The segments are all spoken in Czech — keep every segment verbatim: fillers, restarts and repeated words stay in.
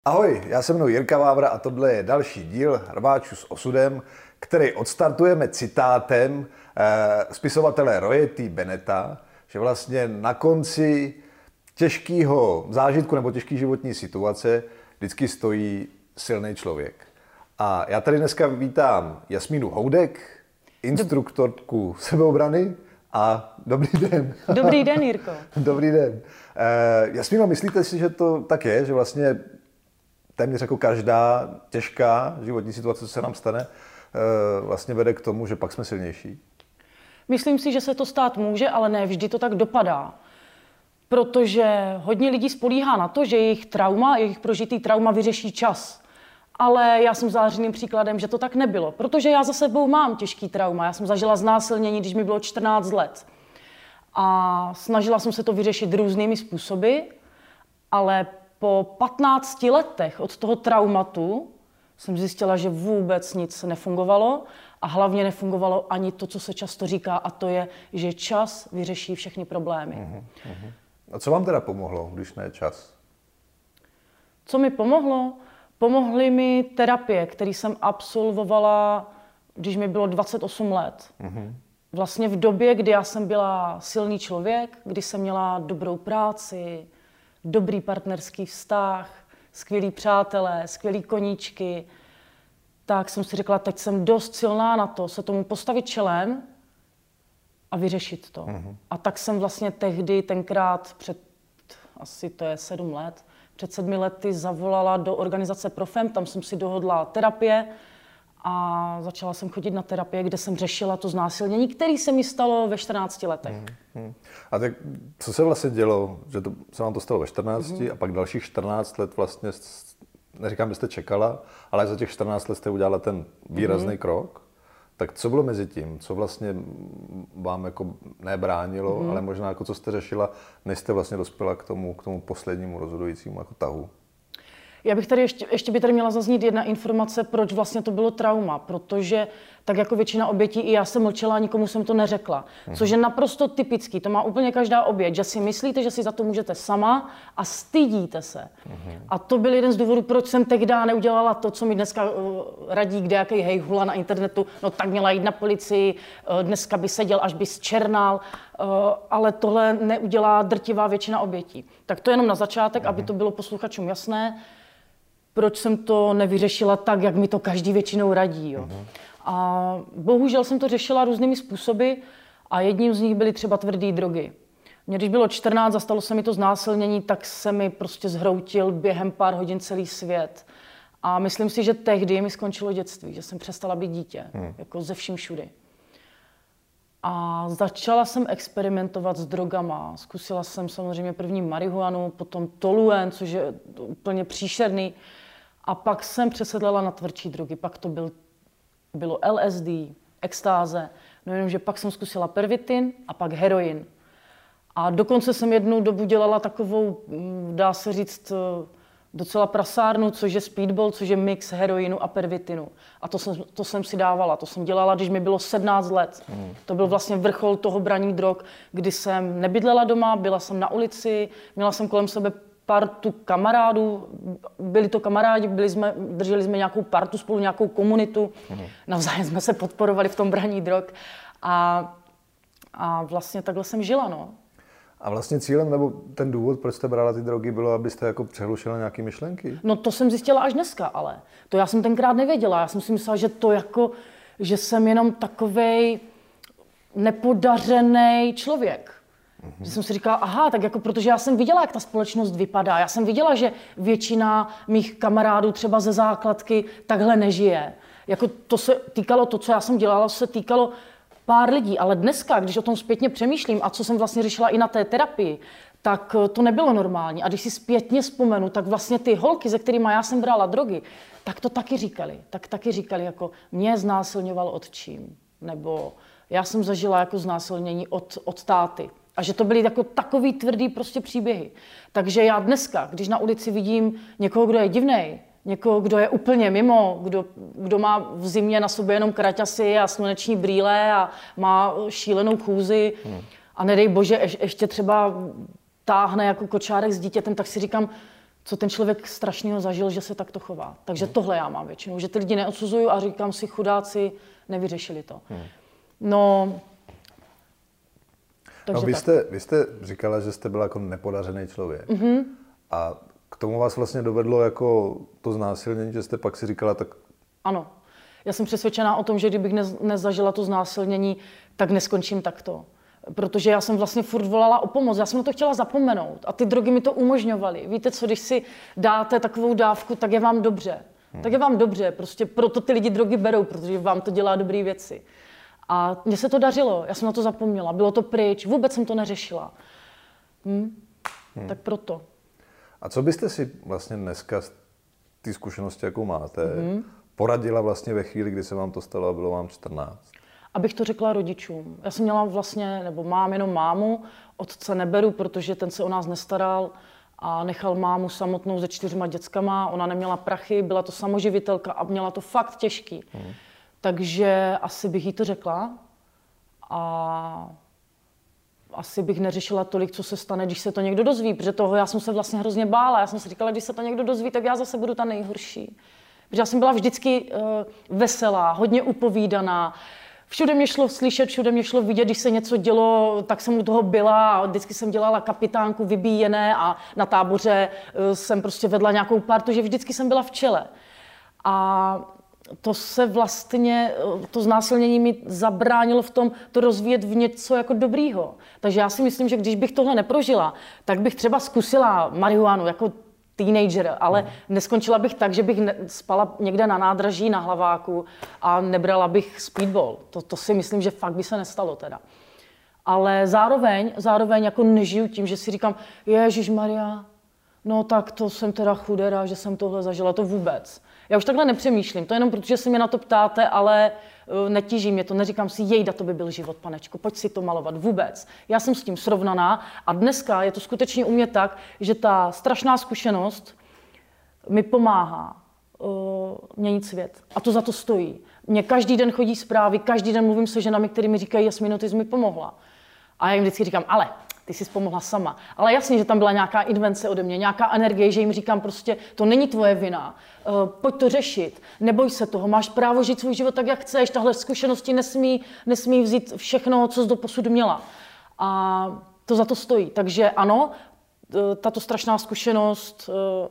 Ahoj, já se jmenuji Jirka Vávra a tohle je další díl Rváčů s osudem, který odstartujeme citátem eh, spisovatele Roye T. Bennetta, že vlastně na konci těžkého zážitku nebo těžké životní situace vždycky stojí silný člověk. A já tady dneska vítám Jasmínu Houdek, instruktorku sebeobrany a dobrý den. Dobrý den, Jirko. Dobrý den. Eh, Jasmíno, myslíte si, že to tak je, že vlastně téměř jako každá těžká životní situace, co se nám stane, vlastně vede k tomu, že pak jsme silnější? Myslím si, že se to stát může, ale ne vždy to tak dopadá. Protože hodně lidí spolíhá na to, že jejich trauma, jejich prožitý trauma vyřeší čas. Ale já jsem zářným příkladem, že to tak nebylo. Protože já za sebou mám těžký trauma. Já jsem zažila znásilnění, když mi bylo čtrnáct let. A snažila jsem se to vyřešit různými způsoby, ale po patnácti letech od toho traumatu jsem zjistila, že vůbec nic nefungovalo a hlavně nefungovalo ani to, co se často říká, a to je, že čas vyřeší všechny problémy. Uh-huh, uh-huh. A co vám teda pomohlo, když ne čas? Co mi pomohlo? Pomohly mi terapie, které jsem absolvovala, když mi bylo dvacet osm let. Uh-huh. Vlastně v době, kdy já jsem byla silný člověk, kdy jsem měla dobrou práci, dobrý partnerský vztah, skvělí přátelé, skvělí koníčky, tak jsem si řekla, teď jsem dost silná na to se tomu postavit čelem a vyřešit to. Mm-hmm. A tak jsem vlastně tehdy, tenkrát před, asi to je sedm let, před sedmi lety zavolala do organizace Profem, tam jsem si dohodla terapie a začala jsem chodit na terapie, kde jsem řešila to znásilnění, které se mi stalo ve čtrnácti letech. Mm-hmm. A tak co se vlastně dělo, že to, se vám to stalo ve čtrnácti mm-hmm. a pak dalších čtrnáct let vlastně, neříkám, že jste čekala, ale za těch čtrnáct let jste udělala ten výrazný mm-hmm. krok. Tak co bylo mezi tím? Co vlastně vám jako nebránilo, mm-hmm. ale možná jako co jste řešila, než jste vlastně dospěla k tomu, k tomu poslednímu rozhodujícímu jako tahu? Já bych tady ještě, ještě by tady měla zaznít jedna informace, proč vlastně to bylo trauma, protože tak jako většina obětí i já jsem mlčela a nikomu jsem to neřekla, mm. což je naprosto typický, to má úplně každá oběť, že si myslíte, že si za to můžete sama a stydíte se. Mm. A to byl jeden z důvodů, proč jsem tehdy neudělala to, co mi dneska uh, radí kdejaký hejhula na internetu, no tak měla jít na policii, uh, dneska by seděl, až by zčernal, uh, ale tohle neudělá drtivá většina obětí. Tak to jenom na začátek, mm. aby to bylo posluchačům jasné, proč jsem to nevyřešila tak, jak mi to každý většinou radí. Jo. Uh-huh. A bohužel jsem to řešila různými způsoby a jedním z nich byly třeba tvrdé drogy. Mně když bylo čtrnáct a stalo se mi to znásilnění, tak se mi prostě zhroutil během pár hodin celý svět. A myslím si, že tehdy mi skončilo dětství, že jsem přestala být dítě, uh-huh. jako ze vším všudy. A začala jsem experimentovat s drogama. Zkusila jsem samozřejmě první marihuanu, potom toluen, což je úplně příšerný. A pak jsem přesedlala na tvrdší drogy. Pak to byl, bylo L S D, extáze. No jenom, že pak jsem zkusila pervitin a pak heroin. A dokonce jsem jednou dobu dělala takovou, dá se říct, docela prasárnu, což je speedball, což je mix heroinu a pervitinu. A to jsem, to jsem si dávala. To jsem dělala, když mi bylo sedmnáct let. Mm. To byl vlastně vrchol toho braní drog, kdy jsem nebydlela doma, byla jsem na ulici, měla jsem kolem sebe partu kamarádů, byli to kamarádi, byli jsme, drželi jsme nějakou partu spolu, nějakou komunitu, mm. navzájem jsme se podporovali v tom braní drog a, a vlastně takhle jsem žila, no. A vlastně cílem, nebo ten důvod, proč jste brala ty drogy, bylo, abyste jako přehlušila nějaké myšlenky? No to jsem zjistila až dneska, ale to já jsem tenkrát nevěděla. Já jsem si myslela, že to jako, že jsem jenom takovej nepodařený člověk. Mm-hmm. Že jsem si říkala, aha, tak jako protože já jsem viděla, jak ta společnost vypadá. Já jsem viděla, že většina mých kamarádů třeba ze základky takhle nežije. Jako to se týkalo, to, co já jsem dělala, se týkalo pár lidí, ale dneska, když o tom zpětně přemýšlím a co jsem vlastně řešila i na té terapii, tak to nebylo normální. A když si zpětně vzpomenu, tak vlastně ty holky, se kterými já jsem brala drogy, tak to taky říkali. Tak taky říkali, jako mě znásilňoval otčím, nebo já jsem zažila jako znásilnění od, od táty. A že to byly jako takový tvrdý prostě příběhy. Takže já dneska, když na ulici vidím někoho, kdo je divnej, někoho, kdo je úplně mimo, kdo, kdo má v zimě na sobě jenom kraťasy a sluneční brýle a má šílenou chůzi hmm. a nedej bože, je, ještě třeba táhne jako kočárek s dítětem, tak si říkám, co ten člověk strašného zažil, že se takto chová. Takže tohle já mám většinou, že ty lidi neodsuzuju a říkám si, chudáci, nevyřešili to. Hmm. No, no vy, jste, vy jste říkala, že jste byla jako nepodařený člověk. Mm-hmm. A k tomu vás vlastně dovedlo jako to znásilnění, že jste pak si říkala tak... Ano. Já jsem přesvědčená o tom, že kdybych nez, nezažila to znásilnění, tak neskončím takto. Protože já jsem vlastně furt volala o pomoc, já jsem na to chtěla zapomenout a ty drogy mi to umožňovaly. Víte co, když si dáte takovou dávku, tak je vám dobře. Hmm. Tak je vám dobře, prostě proto ty lidi drogy berou, protože vám to dělá dobré věci. A mně se to dařilo, já jsem na to zapomněla, bylo to pryč, vůbec jsem to neřešila. Hm? Hmm. Tak proto. A co byste si vlastně dneska z té zkušenosti, jakou máte, hmm. poradila vlastně ve chvíli, kdy se vám to stalo a bylo vám čtrnáct? Abych to řekla rodičům. Já jsem měla vlastně, nebo mám jenom mámu, otce neberu, protože ten se o nás nestaral a nechal mámu samotnou se čtyřma dětskama. Ona neměla prachy, byla to samoživitelka a měla to fakt těžký. Hmm. Takže asi bych jí to řekla a asi bych neřešila tolik, co se stane, když se to někdo dozví, protože toho já jsem se vlastně hrozně bála. Já jsem si říkala, když se to někdo dozví, tak já zase budu ta nejhorší. Protože já jsem byla vždycky uh, veselá, hodně upovídaná. Všude mě šlo slyšet, všude mě šlo vidět, když se něco dělo, tak jsem u toho byla a vždycky jsem dělala kapitánku vybíjené a na táboře jsem prostě vedla nějakou partu, že vždycky jsem byla v čele. A to se vlastně, to znásilnění mi zabránilo v tom to rozvíjet v něco jako dobrýho. Takže já si myslím, že když bych tohle neprožila, tak bych třeba zkusila marihuanu jako teenager, ale hmm. neskončila bych tak, že bych spala někde na nádraží na Hlaváku a nebrala bych speedball. To, to si myslím, že fakt by se nestalo teda. Ale zároveň, zároveň jako nežiju tím, že si říkám, Ježišmarja, no tak to jsem teda chudera, že jsem tohle zažila, to vůbec. Já už takhle nepřemýšlím, to jenom protože se mě na to ptáte, ale uh, netíží mě to, neříkám si, jejda, to by byl život, panečko, pojď si to malovat, vůbec. Já jsem s tím srovnaná a dneska je to skutečně u mě tak, že ta strašná zkušenost mi pomáhá uh, měnit svět a to za to stojí. Mně každý den chodí zprávy, každý den mluvím se ženami, které mi říkají, Jasmíno, ty jsi mi pomohla. A já jim vždycky říkám, ale ty jsi pomohla sama. Ale jasně, že tam byla nějaká invence ode mě, nějaká energie, že jim říkám prostě, to není tvoje vina, uh, pojď to řešit, neboj se toho, máš právo žít svůj život tak, jak chceš, tahle zkušenosti nesmí, nesmí vzít všechno, co jsi doposud měla. A to za to stojí. Takže ano, tato strašná zkušenost uh,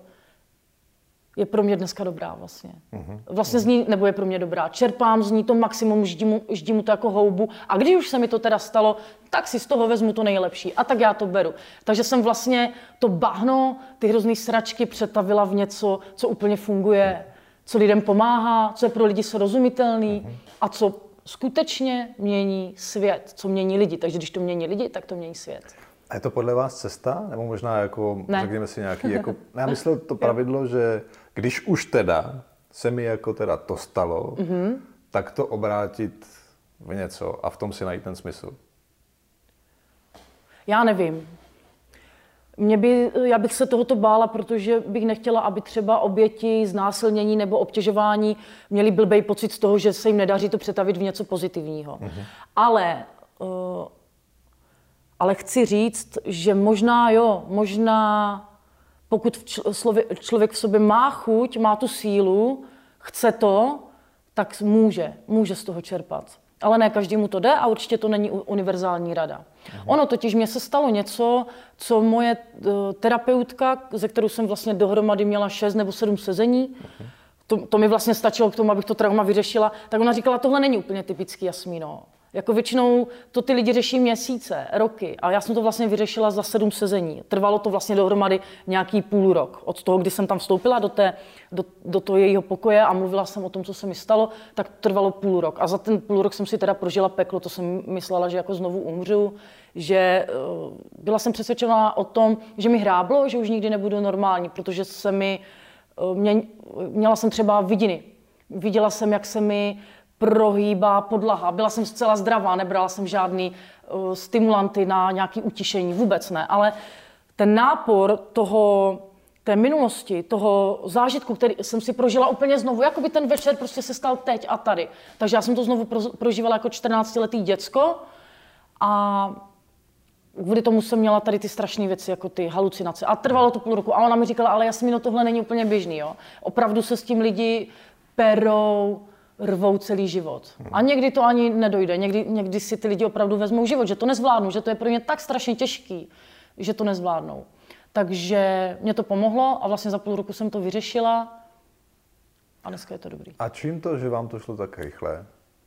je pro mě dneska dobrá vlastně. Vlastně z ní, nebo je pro mě dobrá. Čerpám z ní to maximum, ždí mu, ždí mu to jako houbu. A když už se mi to teda stalo, tak si z toho vezmu to nejlepší. A tak já to beru. Takže jsem vlastně to bahno, ty hrozný sračky přetavila v něco, co úplně funguje, co lidem pomáhá, co je pro lidi srozumitelný a co skutečně mění svět, co mění lidi. Takže když to mění lidi, tak to mění svět. A je to podle vás cesta? Nebo možná jako, ne. řekněme si nějaký, jako, já myslel to pravidlo, že když už teda se mi jako teda to stalo, mm-hmm. tak to obrátit v něco a v tom si najít ten smysl. Já nevím. Mě by, já bych se tohoto bála, protože bych nechtěla, aby třeba oběti znásilnění nebo obtěžování měli blbej pocit z toho, že se jim nedaří to přetavit v něco pozitivního. Mm-hmm. Ale... Uh, Ale chci říct, že možná jo, možná pokud člověk v sobě má chuť, má tu sílu, chce to, tak může, může z toho čerpat. Ale ne každému to jde a určitě to není univerzální rada. Aha. Ono totiž mně se stalo něco, co moje terapeutka, ze kterou jsem vlastně dohromady měla šest nebo sedm sezení, to, to mi vlastně stačilo k tomu, abych to trauma vyřešila, tak ona říkala, tohle není úplně typický, Jasmíno. Jako většinou to ty lidi řeší měsíce, roky a já jsem to vlastně vyřešila za sedm sezení. Trvalo to vlastně dohromady nějaký půl rok. Od toho, kdy jsem tam vstoupila do, té, do, do toho jejího pokoje a mluvila jsem o tom, co se mi stalo, tak trvalo půl rok. A za ten půl rok jsem si teda prožila peklo, to jsem myslela, že jako znovu umřu, že uh, byla jsem přesvědčená o tom, že mi hráblo, že už nikdy nebudu normální, protože se mi, uh, mě, měla jsem třeba vidiny. Viděla jsem, jak se mi prohýbá podlaha. Byla jsem zcela zdravá, nebrala jsem žádný uh, stimulanty na nějaké utišení, vůbec ne. Ale ten nápor toho, té minulosti, toho zážitku, který jsem si prožila úplně znovu, jako by ten večer prostě se stal teď a tady. Takže já jsem to znovu pro, prožívala jako čtrnáctiletý děcko a kvůli tomu jsem měla tady ty strašné věci, jako ty halucinace. A trvalo to půl roku. A ona mi říkala, ale Jasmíno, tohle není úplně běžný, jo. Opravdu se s tím lidi perou, rvou celý život. A někdy to ani nedojde. Někdy, někdy si ty lidi opravdu vezmou život, že to nezvládnou, že to je pro ně tak strašně těžký, že to nezvládnou. Takže mě to pomohlo a vlastně za půl roku jsem to vyřešila a dneska je to dobrý. A čím to, že vám to šlo tak rychle?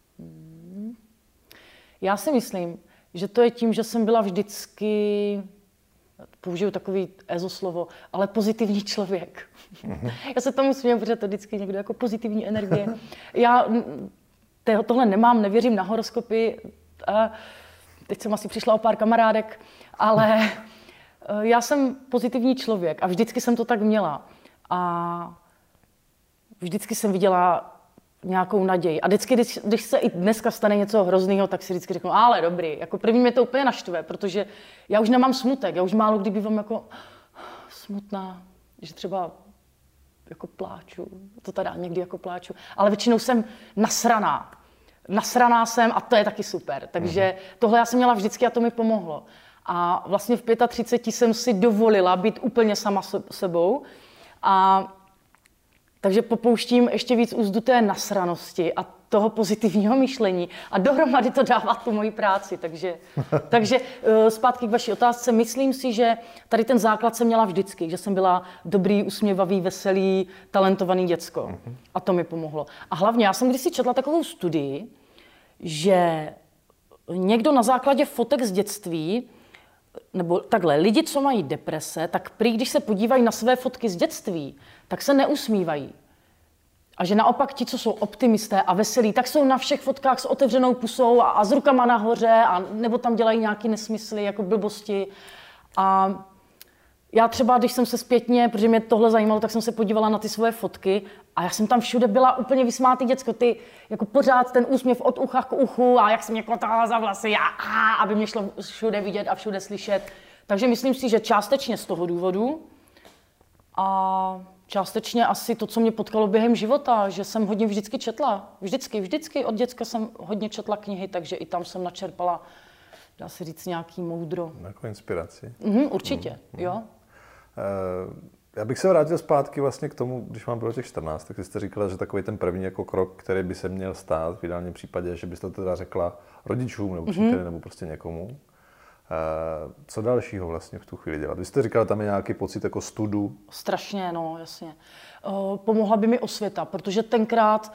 Já si myslím, že to je tím, že jsem byla vždycky, použiju takový ezo slovo, ale pozitivní člověk. Mm-hmm. Já se tomu směju, protože to vždycky někdo jako pozitivní energie. Já tohle nemám, nevěřím na horoskopy. A teď jsem asi přišla o pár kamarádek, ale já jsem pozitivní člověk a vždycky jsem to tak měla. A vždycky jsem viděla nějakou naději. A vždycky, když, když se i dneska stane něco hrozného, tak si vždycky řeknu, ale dobrý, jako první mě to úplně naštve, protože já už nemám smutek, já už málo kdy bývám jako smutná, že třeba jako pláču, to teda někdy jako pláču, ale většinou jsem nasraná. Nasraná jsem a to je taky super, takže mm. tohle já jsem měla vždycky a to mi pomohlo. A vlastně v třiceti pěti jsem si dovolila být úplně sama sebou a takže popouštím ještě víc úzdu té nasranosti a toho pozitivního myšlení a dohromady to dává tu moji práci. Takže, takže zpátky k vaší otázce. Myslím si, že tady ten základ jsem měla vždycky, že jsem byla dobrý, usměvavý, veselý, talentovaný děcko. A to mi pomohlo. A hlavně já jsem kdysi četla takovou studii, že někdo na základě fotek z dětství, nebo takhle, lidi, co mají deprese, tak prý, když se podívají na své fotky z dětství, tak se neusmívají. A že naopak ti, co jsou optimisté a veselí, tak jsou na všech fotkách s otevřenou pusou a, a s rukama nahoře, a nebo tam dělají nějaké nesmysly, jako blbosti. A já třeba, když jsem se zpětně, protože mě tohle zajímalo, tak jsem se podívala na ty svoje fotky a já jsem tam všude byla úplně vysmátý děcko, ty jako pořád ten úsměv od ucha k uchu a jak jsem mě kotala za vlasy, a, a, aby mě šlo všude vidět a všude slyšet. Takže myslím si, že částečně z toho důvodu a částečně asi to, co mě potkalo během života, že jsem hodně vždycky četla. Vždycky, vždycky od děcka jsem hodně četla knihy, takže i tam jsem načerpala, dá se říct, nějaký moudro. Jako inspiraci. Mhm, určitě, mm, jo. Já bych se vrátil zpátky vlastně k tomu, když mám bylo těch čtrnáct, tak jste říkala, že takový ten první jako krok, který by se měl stát v ideálním případě, že byste to teda řekla rodičům nebo příteli mm-hmm. nebo prostě někomu. Co dalšího vlastně v tu chvíli dělat? Vy jste říkala, tam je nějaký pocit jako studu. Strašně, no, jasně. Pomohla by mi osvěta, protože tenkrát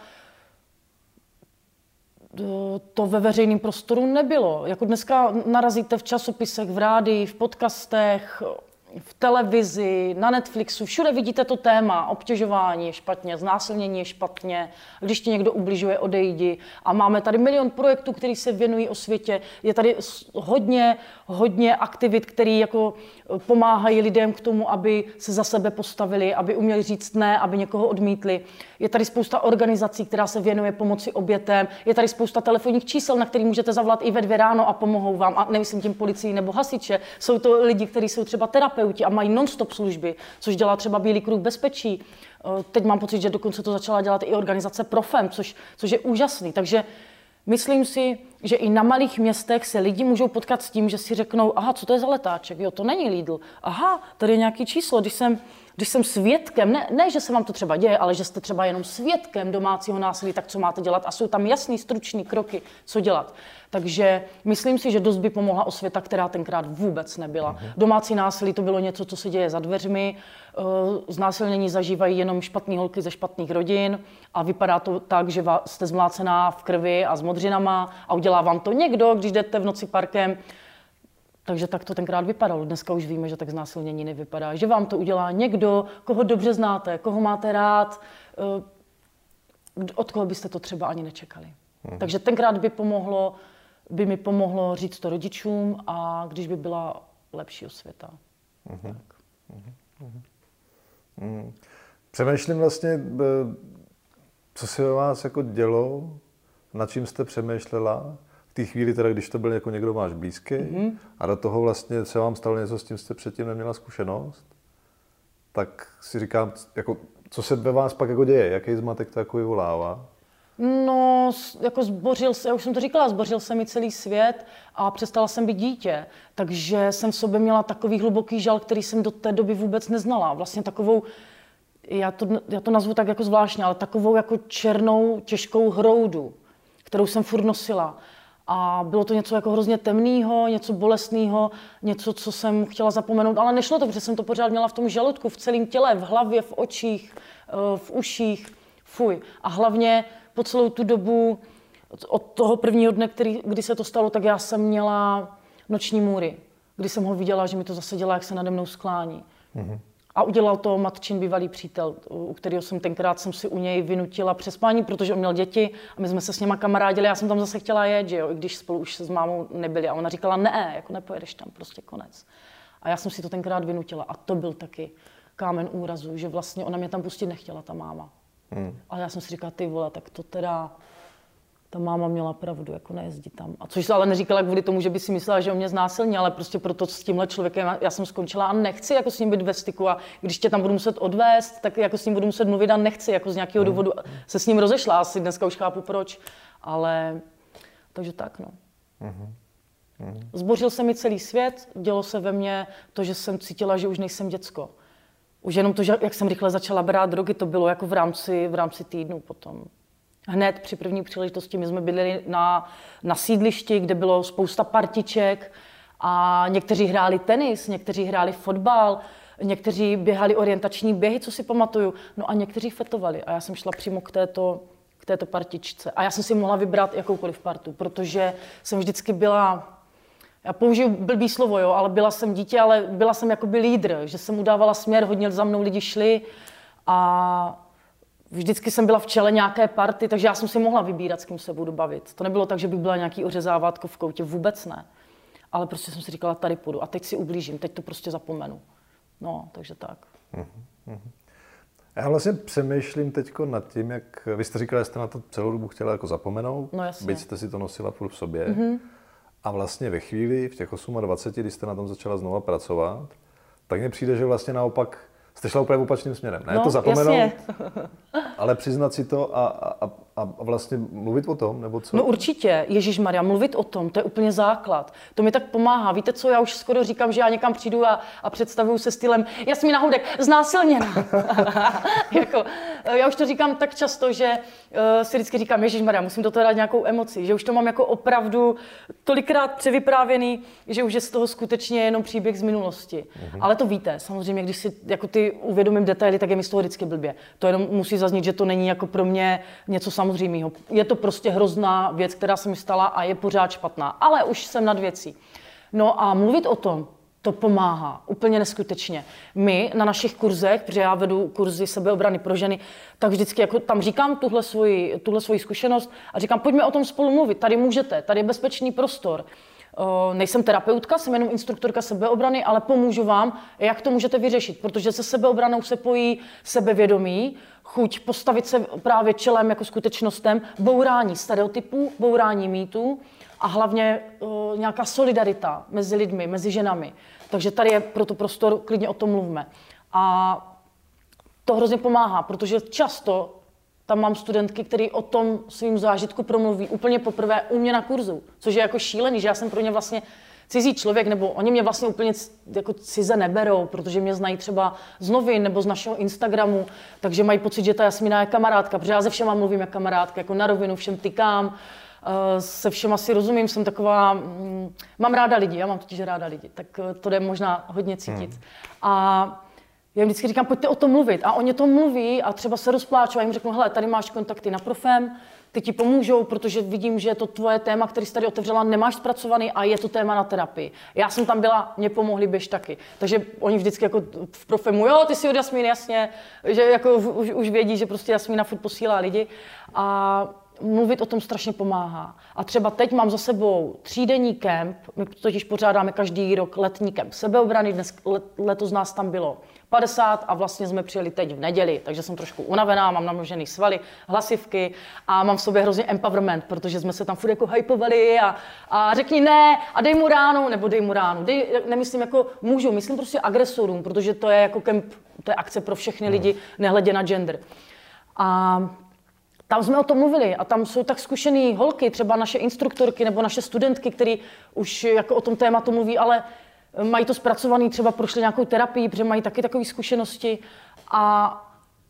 to ve veřejném prostoru nebylo. Jako dneska narazíte v časopisech, v rádii, v podcastech, v televizi, na Netflixu, všude vidíte to téma, obtěžování je špatně, znásilnění je špatně, když ti někdo ubližuje, odejdi. A máme tady milion projektů, který se věnují osvětě. Je tady hodně, hodně aktivit, které jako pomáhají lidem k tomu, aby se za sebe postavili, aby uměli říct ne, aby někoho odmítli. Je tady spousta organizací, která se věnuje pomoci obětem. Je tady spousta telefonních čísel, na který můžete zavolat i ve dvě ráno a pomohou vám. A nemyslím tím policii nebo hasiče. Jsou to lidi, kteří jsou třeba terapeuti a mají non-stop služby, což dělá třeba Bílý kruh bezpečí. Teď mám pocit, že dokonce to začala dělat i organizace Profem, což, což je úžasný. Takže myslím si, že i na malých městech se lidi můžou potkat s tím, že si řeknou, aha, co to je za letáček, jo, to není Lidl, aha, tady je nějaký číslo, když jsem, když jsem svědkem, ne, ne, že se vám to třeba děje, ale že jste třeba jenom svědkem domácího násilí, tak co máte dělat a jsou tam jasný, stručný kroky, co dělat. Takže myslím si, že dost by pomohla osvěta, která tenkrát vůbec nebyla. Uh-huh. Domácí násilí to bylo něco, co se děje za dveřmi, znásilnění zažívají jenom špatný holky ze špatných rodin a vypadá to tak, že jste zmlácená v krvi a s modřinama a udělá vám to někdo, když jdete v noci parkem. Takže tak to tenkrát vypadalo. Dneska už víme, že tak znásilnění nevypadá. Že vám to udělá někdo, koho dobře znáte, koho máte rád, od koho byste to třeba ani nečekali. Uh-huh. Takže tenkrát by pomohlo, by mi pomohlo říct to rodičům a když by byla lepší osvěta. Uh-huh. Tak. Uh-huh. Uh-huh. Přemýšlím vlastně, co se o vás jako dělo, nad čím jste přemýšlela v té chvíli, teda, když to byl jako někdo váš blízký uh-huh. a do toho vlastně se vám stalo něco, s tím jste předtím neměla zkušenost, tak si říkám, jako, co se ve vás pak jako děje, jaký zmatek to jako vyvolává? No, jako zbořil se, já už jsem to říkala, zbořil se mi celý svět a přestala jsem být dítě. Takže jsem v sobě měla takový hluboký žal, který jsem do té doby vůbec neznala. Vlastně takovou, já to, já to nazvu tak jako zvláštně, ale takovou jako černou, těžkou hroudu, kterou jsem furt nosila. A bylo to něco jako hrozně temného, něco bolestného, něco, co jsem chtěla zapomenout, ale nešlo to, protože jsem to pořád měla v tom žaludku, v celém těle, v hlavě, v očích, v uších. Fuj. A hlavně po celou tu dobu, od toho prvního dne, který, kdy se to stalo, tak já jsem měla noční můry, kdy jsem ho viděla, že mi to zase dělá, jak se nade mnou sklání. Mm-hmm. A udělal to matčin bývalý přítel, u kterého jsem tenkrát jsem si u něj vynutila přespání, protože on měl děti a my jsme se s něma kamarádili. Já jsem tam zase chtěla jet, že jo, i když spolu už s mámou nebyli. A ona říkala, ne, jako nepojedeš tam, prostě konec. A já jsem si to tenkrát vynutila a to byl taky kámen úrazu, že vlastně ona mě tam pustit nechtěla, ta máma. Hmm. A já jsem si říkala, ty vole, tak to teda, ta máma měla pravdu, jako nejezdit tam. A což se ale neříkala kvůli tomu, že by si myslela, že on mě znásilní, ale prostě proto s tímhle člověkem já jsem skončila a nechci jako s ním být ve styku a když tě tam budu muset odvést, tak jako s ním budu muset mluvit a nechci, jako z nějakého hmm. důvodu se s ním rozešla, asi dneska už chápu proč, ale takže tak, no. Hmm. Hmm. Zbořil se mi celý svět, dělo se ve mně to, že jsem cítila, že už nejsem děcko. Už jenom to, že jak jsem rychle začala brát drogy, to bylo jako v rámci, v rámci týdnu potom. Hned při první příležitosti my jsme bydleli na, na sídlišti, kde bylo spousta partiček a někteří hráli tenis, někteří hráli fotbal, někteří běhali orientační běhy, co si pamatuju, no a někteří fetovali a já jsem šla přímo k této, k této partičce. A já jsem si mohla vybrat jakoukoliv partu, protože jsem vždycky byla... Já použiju blbý slovo, jo, ale byla jsem dítě, ale byla jsem jakoby lídr, že jsem mu dávala směr, hodně za mnou lidi šli a vždycky jsem byla v čele nějaké party, takže já jsem si mohla vybírat, s kým se budu bavit. To nebylo tak, že bych byla nějaký ořezávátko v koutě, vůbec ne. Ale prostě jsem si říkala, tady půjdu a teď si ublížím, teď to prostě zapomenu. No, takže tak. Mm-hmm. Já vlastně přemýšlím teď nad tím, jak vy jste říkala, že jste na to celou dobu chtěla jako zapomenout, no, jasně. Byť jste si to nosila furt v sobě. Mm-hmm. A vlastně ve chvíli, v těch dvaceti osmi, kdy jste na tom začala znova pracovat, tak mně přijde, že vlastně naopak jste šla úplně opačným směrem. Ne no, to zapomenout, jasně. ale přiznat si to a, a, a vlastně mluvit o tom, nebo co? No určitě, Ježišmarja, mluvit o tom, to je úplně základ. To mi tak pomáhá. Víte co, já už skoro říkám, že já někam přijdu a, a představuju se stylem Jasmína Hudek, znásilněná. Jako, já už to říkám tak často, že uh, si vždycky říkám, Ježišmarja, musím do toho dát nějakou emoci, že už to mám jako opravdu tolikrát převyprávěný, že už je z toho skutečně jenom příběh z minulosti. Mm-hmm. Ale to víte, samozřejmě, když si jako ty uvědomím detaily, tak je mi z toho vždycky blbě. To jenom musí zaznít, že to není jako pro mě něco samozřejmého. Je to prostě hrozná věc, která se mi stala a je pořád špatná, ale už jsem nad věcí. No a mluvit o tom, to pomáhá úplně neskutečně. My na našich kurzech, protože já vedu kurzy sebeobrany pro ženy, tak vždycky jako tam říkám tuhle svoji, tuhle svoji zkušenost a říkám, pojďme o tom spolu mluvit, tady můžete, tady je bezpečný prostor. Uh, nejsem terapeutka, jsem jenom instruktorka sebeobrany, ale pomůžu vám, jak to můžete vyřešit, protože se sebeobranou se pojí sebevědomí, chuť postavit se právě čelem jako skutečnostem, bourání stereotypů, bourání mýtů a hlavně uh, nějaká solidarita mezi lidmi, mezi ženami. Takže tady je proto prostor, klidně o tom mluvme. A to hrozně pomáhá, protože často tam mám studentky, které o tom svým zážitku promluví úplně poprvé u mě na kurzu, což je jako šílený, že já jsem pro ně vlastně cizí člověk, nebo oni mě vlastně úplně jako cize neberou, protože mě znají třeba z novin nebo z našeho Instagramu, takže mají pocit, že ta Jasmína je kamarádka, protože já se všema mluvím jako kamarádka, jako na rovinu, všem tykám, se všem asi rozumím, jsem taková, mám ráda lidi, já mám totiž ráda lidi, tak to jde možná hodně cítit. Hmm. A já jim vždycky říkám, pojďte o tom mluvit. A oni to mluví a třeba se rozpláčou a jim řeknu, hele, tady máš kontakty na Profem, ty ti pomůžou, protože vidím, že je to tvoje téma, který jsi tady otevřela, nemáš zpracovaný a je to téma na terapii. Já jsem tam byla, mě pomohli, běž taky. Takže oni vždycky jako v Profemu, jo, ty jsi od Jasmíny, jasně, že jako už, už vědí, že prostě Jasmína furt posílá lidi. A mluvit o tom strašně pomáhá. A třeba teď mám za sebou třídenní kemp, my totiž pořádáme každý rok letní kemp sebeobrany, dnes let, letos nás tam bylo padesát a vlastně jsme přijeli teď v neděli, takže jsem trošku unavená, mám namnožený svaly, hlasivky a mám v sobě hrozně empowerment, protože jsme se tam furt jako hypovali a, a řekni ne a dej mu ránu, nebo dej mu ránu. Dej, nemyslím jako můžu, myslím prostě agresorům, protože to je jako kemp, to je akce pro všechny lidi, nehledě na gender. A tam jsme o tom mluvili a tam jsou tak zkušený holky, třeba naše instruktorky nebo naše studentky, které už jako o tom tématu mluví, ale mají to zpracovaný, třeba prošli nějakou terapii, protože mají taky takové zkušenosti a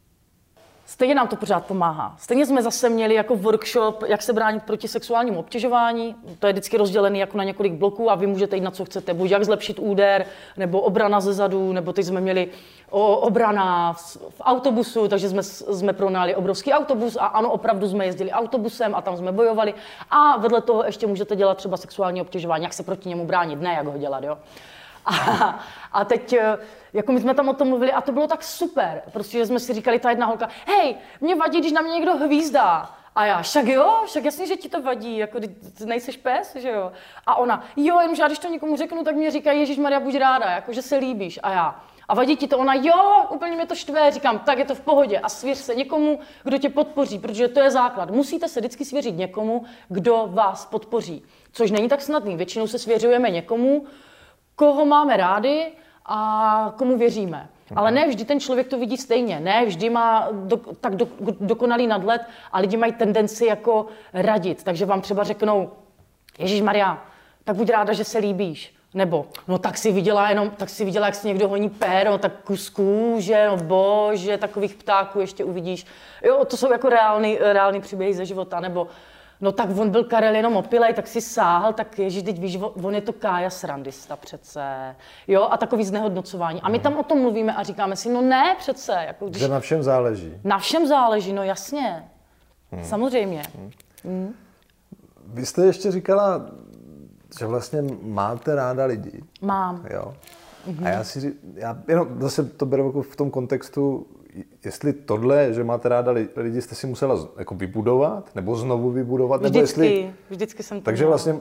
stejně nám to pořád pomáhá. Stejně jsme zase měli jako workshop, jak se bránit proti sexuálnímu obtěžování. To je vždycky rozdělený jako na několik bloků a vy můžete jít na co chcete. Buď jak zlepšit úder, nebo obrana ze zadu, nebo teď jsme měli o, obrana v, v autobusu, takže jsme, jsme pronali obrovský autobus a ano, opravdu jsme jezdili autobusem a tam jsme bojovali. A vedle toho ještě můžete dělat třeba sexuální obtěžování, jak se proti němu bránit, ne jak ho dělat, jo. A, a teď, jako my jsme tam o tom mluvili a to bylo tak super, protože jsme si říkali, ta jedna holka, hej, mě vadí, když na mě někdo hvízdá. A já, však jo, však jasně, že ti to vadí, jako ty nejseš pes, že jo. A ona, jo, jenom já když to někomu řeknu, tak mě říká, Ježišmarja, buď ráda, jako že se líbíš. A já, a vadí ti to? Ona, jo, úplně mě to štve, říkám, tak je to v pohodě a svěř se někomu, kdo tě podpoří, protože to je základ. Musíte se vždycky svěřit někomu, kdo vás podpoří, což není tak snadný, většinou se svěřujeme někomu, koho máme rádi a komu věříme. Ale ne vždy ten člověk to vidí stejně, ne vždy má do, tak do, dokonalý nadhled a lidi mají tendenci jako radit. Takže vám třeba řeknou, Ježišmarja, tak buď ráda, že se líbíš. Nebo, no tak si viděla jenom, tak si viděla, jak si někdo honí péro, tak kus kůže, no bože, takových ptáků ještě uvidíš. Jo, to jsou jako reálný, reálný příběhy ze života. Nebo, no tak on byl Karel jenom opilej, tak si sáhl, tak ježiš, teď víš, on je to Kája srandista přece. Jo, a takový znehodnocování. A my tam o tom mluvíme a říkáme si, no ne přece. Jako když... Že na všem záleží. Na všem záleží, no jasně. Hmm. Samozřejmě. Hmm. Hmm. Vy jste ještě říkala, že vlastně máte ráda lidi. Mám. Jo. Mm-hmm. A já si já jenom zase to beru jako v tom kontextu, jestli tohle, že máte ráda lidi, jste si musela jako vybudovat, nebo znovu vybudovat, vždycky, nebo jestli... Vždycky jsem to Takže měla. vlastně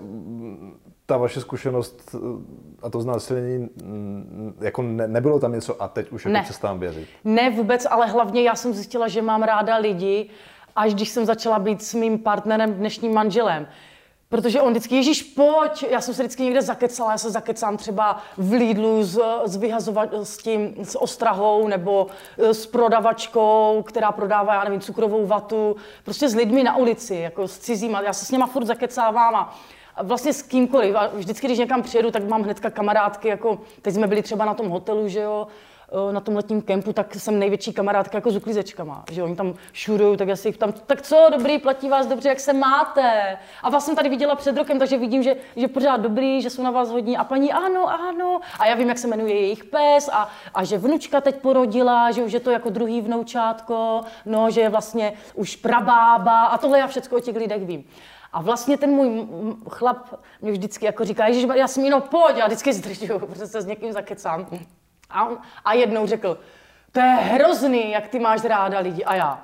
ta vaše zkušenost a to znásilnění, jako ne, nebylo tam něco a teď už jako ne. přestávám věřit. Ne vůbec, ale hlavně já jsem zjistila, že mám ráda lidi, až když jsem začala být s mým partnerem, dnešním manželem. Protože on vždycky, Ježíš, pojď, já jsem se vždycky někde zakecala, já se zakecám třeba v Lidlu s, s, vyhazova, s tím, s ostrahou nebo s prodavačkou, která prodává, já nevím, cukrovou vatu, prostě s lidmi na ulici, jako s cizíma, já se s něma furt zakecávám a vlastně s kýmkoliv. A vždycky, když někam přijedu, tak mám hnedka kamarádky, jako teď jsme byli třeba na tom hotelu, že jo, na tom letním kempu, tak jsem největší kamarádka jako s uklízečkama, že oni tam šurujou, tak já si jich tam, tak co, dobrý, platí vás dobře, jak se máte? A vás jsem tady viděla před rokem, takže vidím, že, že pořád dobrý, že jsou na vás hodní a paní ano, ano. A já vím, jak se jmenuje jejich pes a, a že vnučka teď porodila, že už je to jako druhý vnoučátko, no, že je vlastně už prabába a tohle já všecko o těch lidech vím. A vlastně ten můj chlap mě vždycky jako říká, Ježiš, já jsem jenom pojď, já vždycky zdržuju, protože se s někým zakecám. A, on, a jednou řekl, to je hrozný, jak ty máš ráda lidi. A já,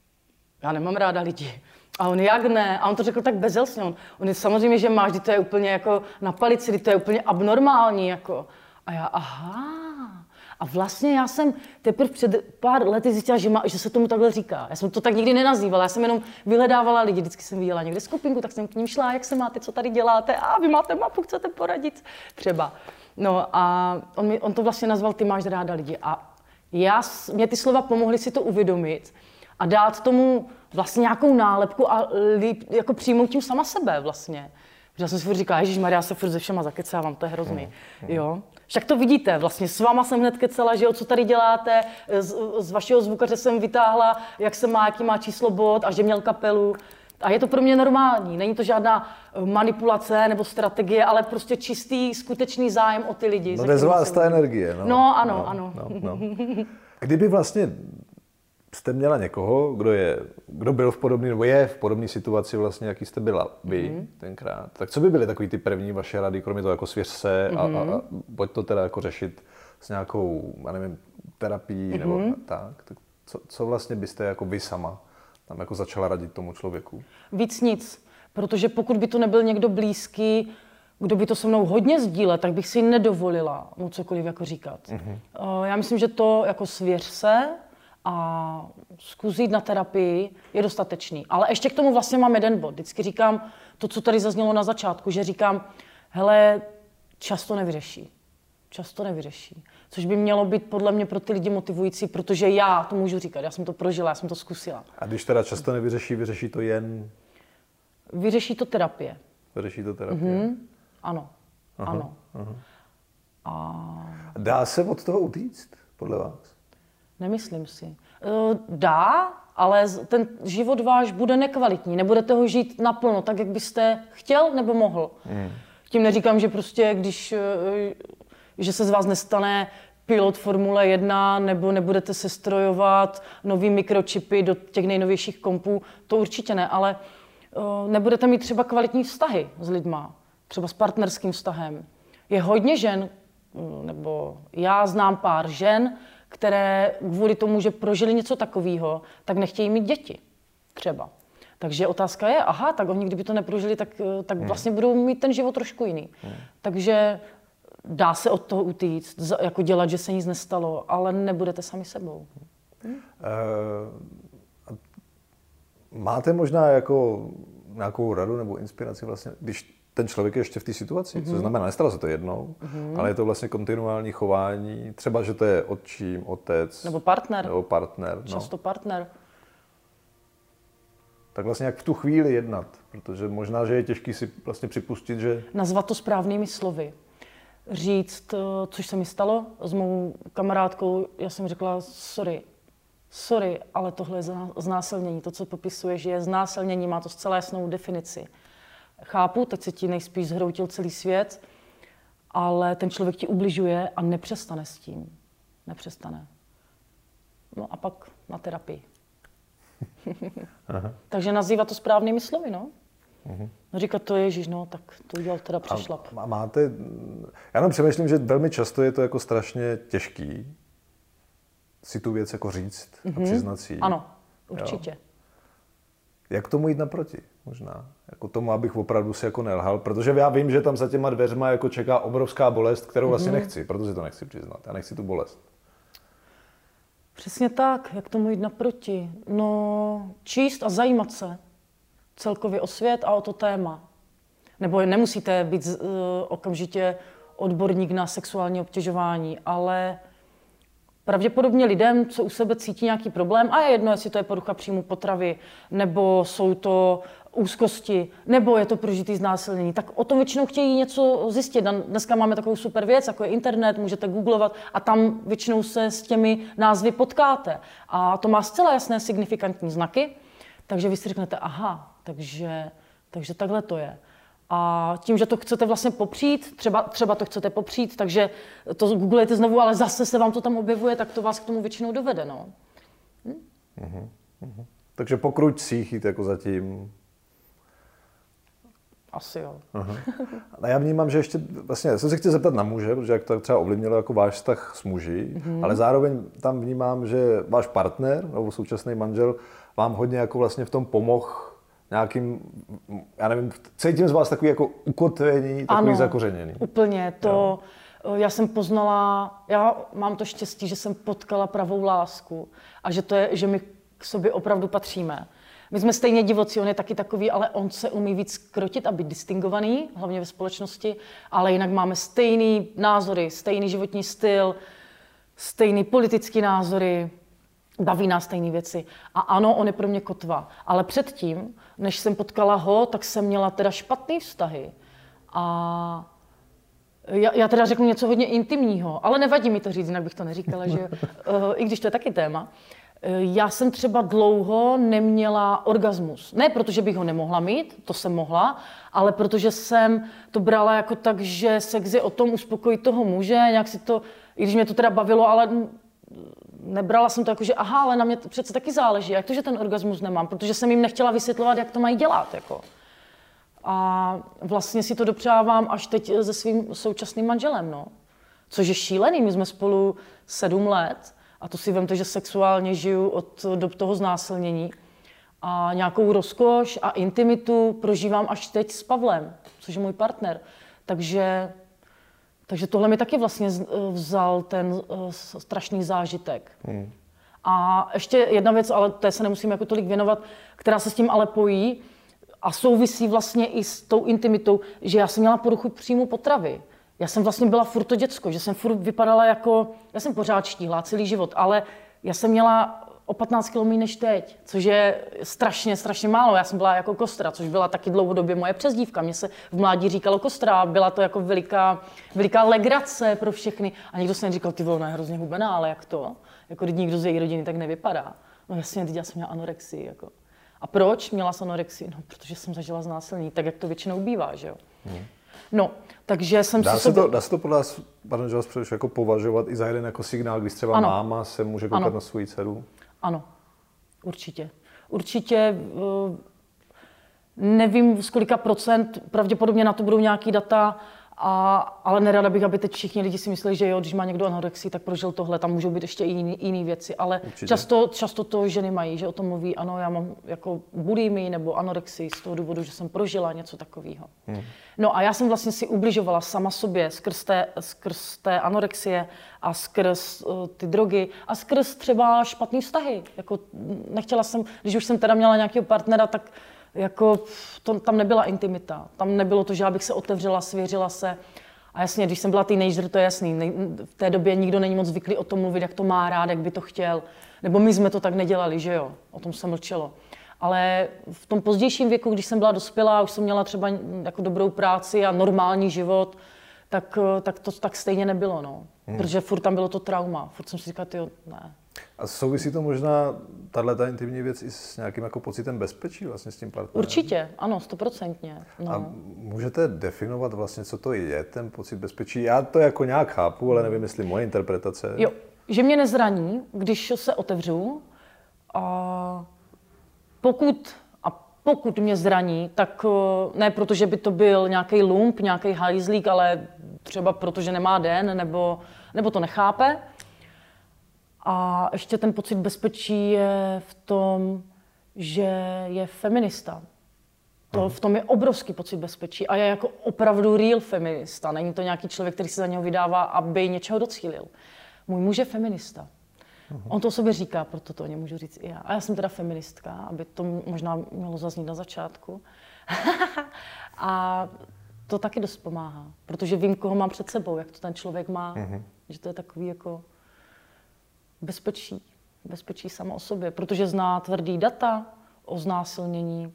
já nemám ráda lidi. A on, jak ne? A on to řekl tak bezelstně. On, on je samozřejmě, že máš, to je úplně jako na palici, to je úplně abnormální. Jako. A já, aha. A vlastně já jsem teprve před pár lety zjistila, že, má, že se tomu takhle říká. Já jsem to tak nikdy nenazývala, já jsem jenom vyhledávala lidi. Vždycky jsem viděla někde skupinku, tak jsem k ním šla, jak se máte, co tady děláte. A vy máte mapu, chcete poradit třeba. No a on, mi, on to vlastně nazval, ty máš ráda lidi. A já, mě ty slova pomohly si to uvědomit a dát tomu vlastně nějakou nálepku a líp, jako přijmout tím sama sebe vlastně. Protože já jsem si furt říkala, Ježišmarja, já se furt se všema zakecávám, to je hrozný. Mm, mm. Jo? Však to vidíte, vlastně s váma jsem hned kecela, že jo, co tady děláte, z, z vašeho zvukaře jsem vytáhla, jak se má, jaký má číslo bod a že měl kapelu. A je to pro mě normální, není to žádná manipulace nebo strategie, ale prostě čistý, skutečný zájem o ty lidi. No jde z vás ta energie. No, no ano, no, ano. No, no. Kdyby vlastně jste měla někoho, kdo, je, kdo byl v podobné, nebo je v podobné situaci vlastně, jaký jste byla vy mm. tenkrát, tak co by byly takový ty první vaše rady, kromě toho jako svěř se a, mm. a, a pojď to teda jako řešit s nějakou, já nevím, terapií mm. nebo tak, tak co, co vlastně byste jako vy sama tam jako začala radit tomu člověku? Víc nic, protože pokud by to nebyl někdo blízký, kdo by to se mnou hodně sdílel, tak bych si nedovolila mu cokoliv jako říkat. Mm-hmm. Já myslím, že to jako svěř se a zkus jít na terapii je dostatečný. Ale ještě k tomu vlastně mám jeden bod. Vždycky říkám to, co tady zaznělo na začátku, že říkám, hele, čas to nevyřeší. často nevyřeší. Což by mělo být podle mě pro ty lidi motivující, protože já to můžu říkat, já jsem to prožila, já jsem to zkusila. A když teda často nevyřeší, vyřeší to jen? Vyřeší to terapie. Vyřeší to terapie? Mm-hmm. Ano, aha, ano. Aha. A... Dá se od toho utíct, podle vás? Nemyslím si. Dá, ale ten život váš bude nekvalitní. Nebudete ho žít naplno, tak, jak byste chtěl nebo mohl. Mm. Tím neříkám, že prostě, když, že se z vás nestane pilot Formule jedna, nebo nebudete sestrojovat nový mikročipy do těch nejnovějších kompů, to určitě ne, ale nebudete mít třeba kvalitní vztahy s lidma, třeba s partnerským vztahem. Je hodně žen, nebo já znám pár žen, které kvůli tomu, že prožili něco takového, tak nechtějí mít děti třeba. Takže otázka je, aha, tak oni kdyby to neprožili, tak, tak vlastně budou mít ten život trošku jiný. Hmm. Takže dá se od toho utíct, jako dělat, že se nic nestalo, ale nebudete sami sebou. Hmm. Uh, máte možná jako nějakou radu nebo inspiraci vlastně, když ten člověk je ještě v té situaci, mm-hmm. co znamená, nestalo se to jednou, mm-hmm. ale je to vlastně kontinuální chování, třeba, že to je otčím, otec. Nebo partner. Nebo partner. Často no. partner. Tak vlastně jak v tu chvíli jednat, protože možná, že je těžký si vlastně připustit, že... Nazvat to správnými slovy. Říct, což se mi stalo s mou kamarádkou, já jsem řekla, sorry, sorry, ale tohle je znásilnění. To, co popisuješ, je znásilnění, má to zcela jasnou definici. Chápu, teď se ti nejspíš zhroutil celý svět, ale ten člověk ti ubližuje a nepřestane s tím. Nepřestane. No a pak na terapii. Takže nazývat to správnými slovy, no. Uh-huh. No říkat to, ježiš, no, tak to udělal teda přešlap. A máte, já jenom přemýšlím, že velmi často je to jako strašně těžký si tu věc jako říct uh-huh. a přiznat si. Ano, určitě. Jo. Jak tomu jít naproti možná? Jako tomu, abych opravdu si jako nelhal, protože já vím, že tam za těma dveřma jako čeká obrovská bolest, kterou vlastně nechci, protože to nechci přiznat. Já nechci tu bolest. Přesně tak, jak tomu jít naproti. No, číst a zajímat se celkově o svět a o to téma. Nebo nemusíte být uh, okamžitě odborník na sexuální obtěžování, ale pravděpodobně lidem, co u sebe cítí nějaký problém, a je jedno, jestli to je porucha příjmu potravy, nebo jsou to úzkosti, nebo je to prožitý znásilnění, tak o tom většinou chtějí něco zjistit. Dneska máme takovou super věc, jako je internet, můžete googlovat a tam většinou se s těmi názvy potkáte. A to má zcela jasné signifikantní znaky, takže vy si řeknete, aha, takže, takže takhle to je. A tím, že to chcete vlastně popřít, třeba, třeba to chcete popřít, takže to googlujete znovu, ale zase se vám to tam objevuje, tak to vás k tomu většinou dovede, no. Hm? Uh-huh, uh-huh. Takže po kručcích jít jako zatím. Asi jo. Uh-huh. A já vnímám, že ještě, vlastně, já jsem se chtěl zeptat na muže, protože jak to třeba ovlivnilo jako váš vztah s muži, uh-huh. ale zároveň tam vnímám, že váš partner, nebo současný manžel, vám hodně jako vlastně v tom pomohl nějakým, já nevím, cítím z vás takový jako ukotvení, takový ano, zakořeněný. Úplně, to, jo. Já jsem poznala, já mám to štěstí, že jsem potkala pravou lásku a že to je, že my k sobě opravdu patříme. My jsme stejně divocí, on je taky takový, ale on se umí víc krotit a být distingovaný, hlavně ve společnosti, ale jinak máme stejný názory, stejný životní styl, stejný politický názory, baví nás stejné věci. A ano, on je pro mě kotva. Ale předtím, než jsem potkala ho, tak jsem měla teda špatný vztahy. A já, já teda řeknu něco hodně intimního, ale nevadí mi to říct, jinak bych to neříkala, že i když to je taky téma. Já jsem třeba dlouho neměla orgasmus. Ne protože bych ho nemohla mít, to jsem mohla, ale protože jsem to brala jako tak, že sex je o tom uspokojit toho muže, nějak si to, i když mě to teda bavilo, ale nebrala jsem to jako, že aha, ale na mě to přece taky záleží, jak to, že ten orgasmus nemám, protože jsem jim nechtěla vysvětlovat, jak to mají dělat. Jako. A vlastně si to dopřávám až teď se svým současným manželem, no. Což je šílený, my jsme spolu sedm let a to si vemte, že sexuálně žiju od dob toho znásilnění a nějakou rozkoš a intimitu prožívám až teď s Pavlem, což je můj partner. Takže Takže tohle mi taky vlastně vzal ten uh, strašný zážitek. Hmm. A ještě jedna věc, ale té se nemusím jako tolik věnovat, která se s tím ale pojí a souvisí vlastně i s tou intimitou, že já jsem měla poruchu příjmu potravy. Já jsem vlastně byla furt to děcko, že jsem furt vypadala jako, já jsem pořád štíhlá celý život, ale já jsem měla o patnáct kilo méně než teď, což je strašně, strašně málo. Já jsem byla jako kostra, což byla taky dlouhodobě moje přezdívka. Mně se v mládí říkalo kostra, byla to jako veliká, veliká legrace pro všechny. A někdo se říkal, ty vole, ona je hrozně hubená, ale jak to? Jako když nikdo z její rodiny tak nevypadá. No jasně, teď já jsem měla anorexii. Jako. A proč měla jsem anorexii? No, protože jsem zažila znásilnění, tak jak to většinou bývá, že jo. Hmm. No, takže jsem dá si se sobě... to, dá se to podle vás, pardon, že vás především, jako považovat i za jeden jako signál, když třeba ano. máma se může koukat ano. na svou dceru? Ano, určitě. Určitě nevím z kolika procent, pravděpodobně na to budou nějaký data, a, ale nerada bych, aby teď všichni lidi si mysleli, že jo, když má někdo anorexii, tak prožil tohle, tam můžou být ještě i jiný, jiný věci, ale často, často to ženy mají, že o tom mluví, ano, já mám jako bulimii nebo anorexii z toho důvodu, že jsem prožila něco takového. Hmm. No a já jsem vlastně si ubližovala sama sobě skrz té, skrz té anorexie a skrz uh, ty drogy a skrz třeba špatný vztahy. Jako nechtěla jsem, když už jsem teda měla nějakého partnera, tak jako to, tam nebyla intimita, tam nebylo to, že abych se otevřela, svěřila se. A jasně, když jsem byla teenager, to je jasný, nej, v té době nikdo není moc zvyklý o tom mluvit, jak to má rád, jak by to chtěl. Nebo my jsme to tak nedělali, že jo, o tom se mlčelo. Ale v tom pozdějším věku, když jsem byla dospělá, už jsem měla třeba jako dobrou práci a normální život, tak, tak to tak stejně nebylo, no. Hmm. Protože furt tam bylo to trauma, furt jsem si říkala, tyjo, ne. A souvisí to možná, tato intimní věc, i s nějakým jako pocitem bezpečí vlastně s tím partnerem? Určitě, ano, stoprocentně. No. A můžete definovat vlastně, co to je, ten pocit bezpečí? Já to jako nějak chápu, ale nevím, jestli moje interpretace. Jo, že mě nezraní, když se otevřu, a pokud, a pokud mě zraní, tak ne proto, že by to byl nějaký lump, nějaký hajzlík, ale třeba proto, že nemá den, nebo, nebo to nechápe. A ještě ten pocit bezpečí je v tom, že je feminista. To, v tom je obrovský pocit bezpečí a je jako opravdu real feminista. Není to nějaký člověk, který se za něho vydává, aby něčeho docílil. Můj muž je feminista. Uhum. On to o sobě říká, proto to o něm můžu říct i já. A já jsem teda feministka, aby to možná mělo zaznít na začátku. A to taky dost pomáhá, protože vím, koho mám před sebou, jak to ten člověk má. Uhum. Že to je takový jako bezpečí. Bezpečí samo o sobě, protože zná tvrdý data o znásilnění,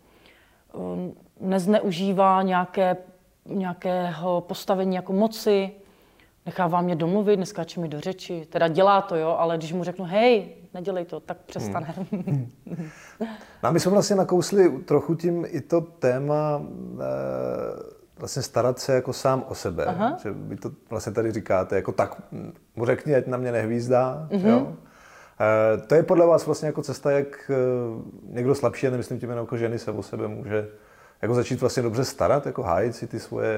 nezneužívá nějaké, nějakého postavení jako moci, nechává mě domluvit, neskáče mi do řeči. Teda dělá to, jo, ale když mu řeknu, hej, nedělej to, tak přestane. Hmm. No a my jsme vlastně nakousli trochu tím i to téma e, vlastně starat se jako sám o sebe. Aha. Že vy to vlastně tady říkáte, jako tak mu řekni, ať na mě nehvízdá. Mm-hmm. Jo? E, to je podle vás vlastně jako cesta, jak e, někdo slabší, a nemyslím tím jenom jako ženy, se o sebe může jako začít vlastně dobře starat, jako hájit si ty svoje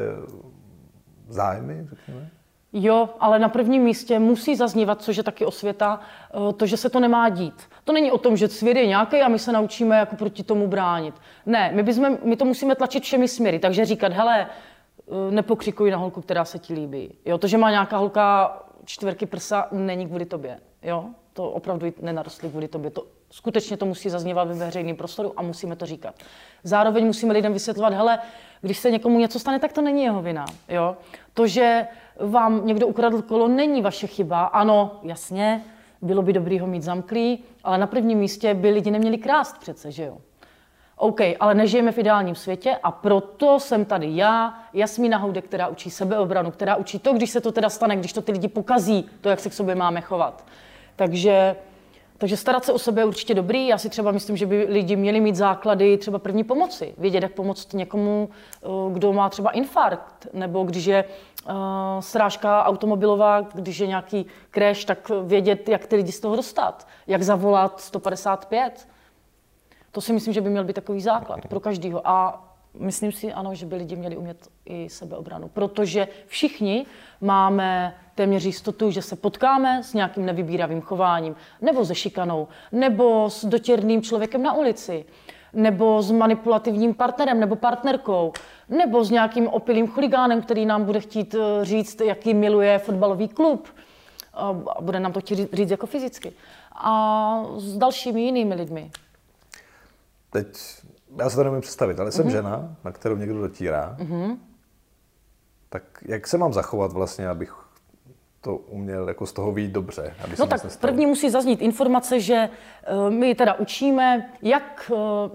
zájmy, řekněme? Jo, ale na prvním místě musí zaznívat, což je taky osvěta, to, že se to nemá dít. To není o tom, že svět je nějaký a my se naučíme jako proti tomu bránit. Ne, my, bychom, my to musíme tlačit všemi směry, takže říkat, hele, nepokřikuj na holku, která se ti líbí. Jo, to, že má nějaká holka čtverky prsa, není kvůli tobě. Jo, to opravdu nenarostly kvůli tobě. To, skutečně to musí zaznívat ve veřejném prostoru a musíme to říkat. Zároveň musíme lidem vysvětlovat, hele, když se někomu něco stane, tak to není jeho vina. Jo? To, že vám někdo ukradl kolo, není vaše chyba. Ano, jasně, bylo by dobrý ho mít zamklý, ale na prvním místě by lidi neměli krást přece, že jo? OK, ale nežijeme v ideálním světě a proto jsem tady já, Jasmína Houdek, která učí sebeobranu, která učí to, když se to teda stane, když to ty lidi pokazí, to, jak se k sobě máme chovat. Takže, takže starat se o sebe je určitě dobrý. Já si třeba myslím, že by lidi měli mít základy třeba první pomoci. Vědět, jak pomoct někomu, kdo má třeba infarkt, nebo když je uh, srážka automobilová, když je nějaký crash, tak vědět, jak ty lidi z toho dostat. Jak zavolat sto padesát pět. To si myslím, že by měl být takový základ pro každýho. A myslím si, ano, že by lidi měli umět i sebeobranu. Protože všichni máme téměř jistotu, že se potkáme s nějakým nevybíravým chováním, nebo se šikanou, nebo s dotěrným člověkem na ulici, nebo s manipulativním partnerem nebo partnerkou, nebo s nějakým opilým chuligánem, který nám bude chtít říct, jaký miluje fotbalový klub. A bude nám to chtít říct jako fyzicky. A s dalšími jinými lidmi. Teď, já se to nemůžu představit, ale jsem mm-hmm. žena, na kterou někdo dotírá. Mm-hmm. Tak jak se mám zachovat vlastně, abych to uměl jako z toho vyjít dobře? Aby no tak první musí zaznít informace, že uh, my teda učíme, jak, uh,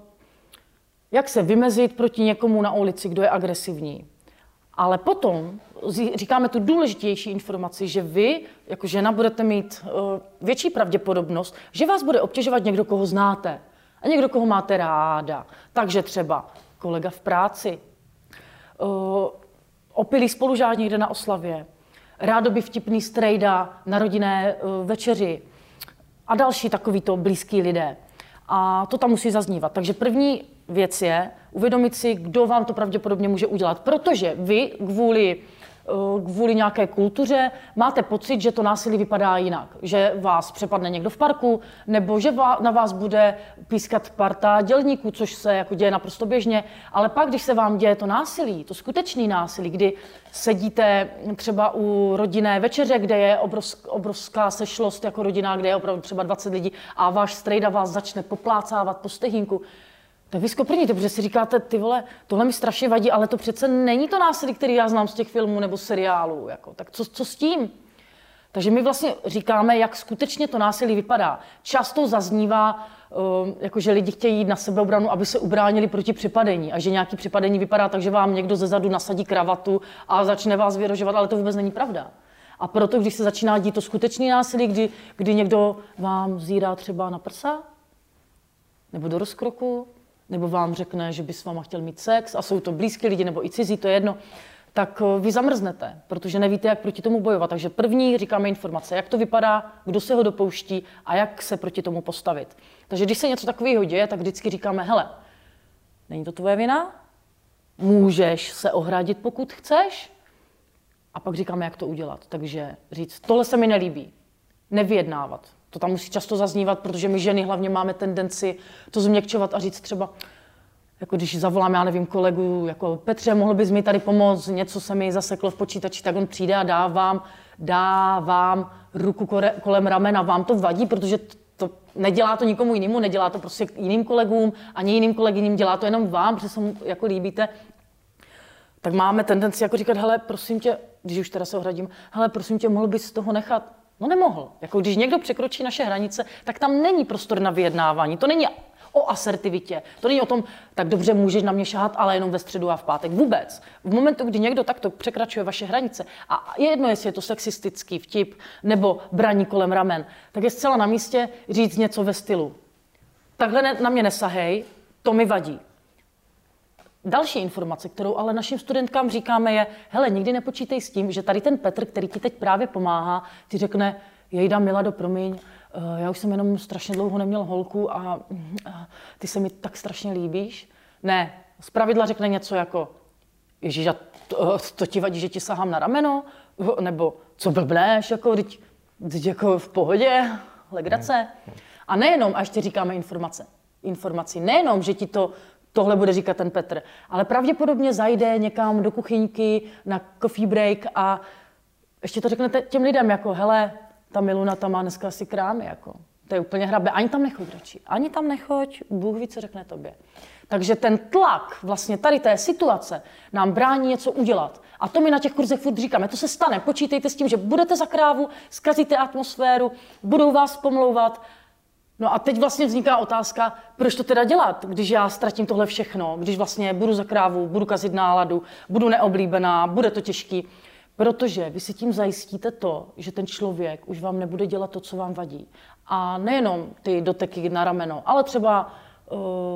jak se vymezit proti někomu na ulici, kdo je agresivní. Ale potom říkáme tu důležitější informaci, že vy, jako žena, budete mít uh, větší pravděpodobnost, že vás bude obtěžovat někdo, koho znáte a někdo, koho máte ráda. Takže třeba kolega v práci, uh, opilý spolužák někde na oslavě, rádoby vtipný strejda na rodinné uh, večeři a další takovýto blízký lidé. A to tam musí zaznívat. Takže první věc je uvědomit si, kdo vám to pravděpodobně může udělat. Protože vy kvůli, kvůli nějaké kultuře máte pocit, že to násilí vypadá jinak. Že vás přepadne někdo v parku, nebo že na vás bude pískat parta dělníků, což se jako děje naprosto běžně. Ale pak, když se vám děje to násilí, to skutečné násilí, kdy sedíte třeba u rodinné večeře, kde je obrovská, obrovská sešlost jako rodina, kde je opravdu třeba dvacet lidí a váš strejda vás začne poplácávat po stehínku, tak vy skoprníte, protože si říkáte, ty vole, tohle mi strašně vadí, ale to přece není to násilí, který já znám z těch filmů nebo seriálů. Jako. Tak co, co s tím? Takže my vlastně říkáme, jak skutečně to násilí vypadá. Často zaznívá, uh, jako že lidi chtějí jít na sebeobranu, aby se ubránili proti připadení. A že nějaký připadení vypadá tak, že vám někdo zezadu nasadí kravatu a začne vás vyrožovat, ale to vůbec není pravda. A proto, když se začíná dít to skutečné násilí, kdy, kdy někdo vám zírá třeba na prsa, nebo do rozkroku, nebo vám řekne, že by s váma chtěl mít sex a jsou to blízký lidi nebo i cizí, to je jedno, tak vy zamrznete, protože nevíte, jak proti tomu bojovat. Takže první říkáme informace, jak to vypadá, kdo se ho dopouští a jak se proti tomu postavit. Takže když se něco takového děje, tak vždycky říkáme, hele, není to tvoje vina, můžeš se ohradit, pokud chceš, a pak říkáme, jak to udělat. Takže říct, tohle se mi nelíbí, nevyjednávat. To tam musí často zaznívat, protože my ženy hlavně máme tendenci to změkčovat a říct třeba, jako když zavolám, já nevím, kolegu, jako Petře, mohl bys mi tady pomoct, něco se mi zaseklo v počítači, tak on přijde a dá vám, dá vám ruku kore, kolem ramena. Vám to vadí, protože to nedělá to nikomu jinému, nedělá to prostě jiným kolegům, ani jiným kolegyním, dělá to jenom vám, protože se mu jako líbíte. Tak máme tendenci jako říkat, hele, prosím tě, když už teda se ohradím, hele, prosím tě, mohl bys z toho nechat. No nemohl. Jako když někdo překročí naše hranice, tak tam není prostor na vyjednávání. To není o asertivitě. To není o tom, tak dobře, můžeš na mě šahat, ale jenom ve středu a v pátek. Vůbec. V momentu, kdy někdo takto překračuje vaše hranice, a je jedno, jestli je to sexistický vtip nebo braní kolem ramen, tak je zcela na místě říct něco ve stylu. Takhle na mě nesahej, to mi vadí. Další informace, kterou ale našim studentkám říkáme, je, hele, nikdy nepočítej s tím, že tady ten Petr, který ti teď právě pomáhá, ti řekne, jejda, Milado, promiň, já už jsem jenom strašně dlouho neměl holku a, a ty se mi tak strašně líbíš. Ne, zpravidla řekne něco jako, ježíš, a to, to ti vadí, že ti sahám na rameno? Nebo co blbneš, jako, teď, teď jako v pohodě, legrace. A nejenom, a ještě říkáme informace, informaci, nejenom, že ti to tohle bude říkat ten Petr, ale pravděpodobně zajde někam do kuchyňky na coffee break a ještě to řeknete těm lidem jako, hele, ta Miluna tam má dneska asi krámy, jako. To je úplně hrabe. Ani tam nechoď radši. Ani tam nechoď, Bůh ví, co řekne tobě. Takže ten tlak vlastně tady té situace nám brání něco udělat. A to my na těch kurzech furt říkáme, to se stane. Počítejte s tím, že budete za krávu, zkazíte atmosféru, budou vás pomlouvat. No a teď vlastně vzniká otázka, proč to teda dělat, když já ztratím tohle všechno, když vlastně budu za krávu, budu kazit náladu, budu neoblíbená, bude to těžký. Protože vy si tím zajistíte to, že ten člověk už vám nebude dělat to, co vám vadí. A nejenom ty doteky na rameno, ale třeba uh,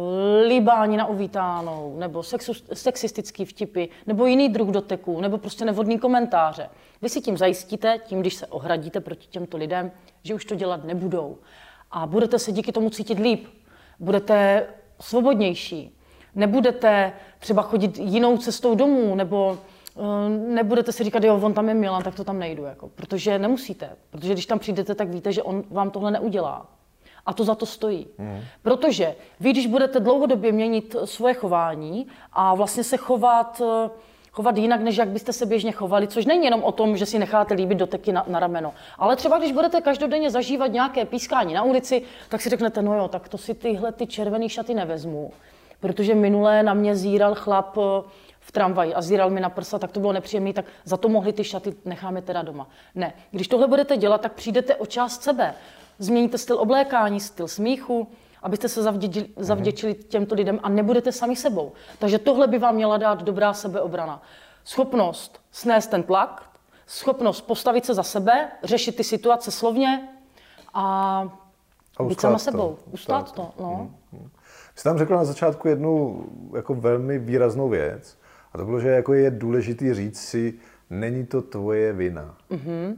líbání na uvítánou, nebo sexu, sexistický vtipy, nebo jiný druh doteků, nebo prostě nevhodný komentáře. Vy si tím zajistíte, tím, když se ohradíte proti těmto lidem, že už to dělat nebudou. A budete se díky tomu cítit líp, budete svobodnější, nebudete třeba chodit jinou cestou domů, nebo nebudete si říkat, jo, on tam je Milan, tak to tam nejdu, jako, protože nemusíte. Protože když tam přijdete, tak víte, že on vám tohle neudělá. A to za to stojí. Mm. Protože vy, když budete dlouhodobě měnit svoje chování a vlastně se chovat, chovat jinak, než jak byste se běžně chovali, což není jenom o tom, že si necháte líbit doteky na, na rameno. Ale třeba když budete každodenně zažívat nějaké pískání na ulici, tak si řeknete, no jo, tak to si tyhle ty červený šaty nevezmu. Protože minulé na mě zíral chlap v tramvaji a zíral mi na prsa, tak to bylo nepříjemné, tak za to mohli ty šaty, necháme teda doma. Ne, když tohle budete dělat, tak přijdete o část sebe. Změníte styl oblékání, styl smíchu, abyste se zavděčili, zavděčili těmto lidem a nebudete sami sebou. Takže tohle by vám měla dát dobrá sebeobrana. Schopnost snést ten tlak, schopnost postavit se za sebe, řešit ty situace slovně a, a být sama sebou. Ustát to. to no. Hmm. Jsi tam řekla na začátku jednu jako velmi výraznou věc a to bylo, že jako je důležitý říct si, není to tvoje vina. Mm-hmm.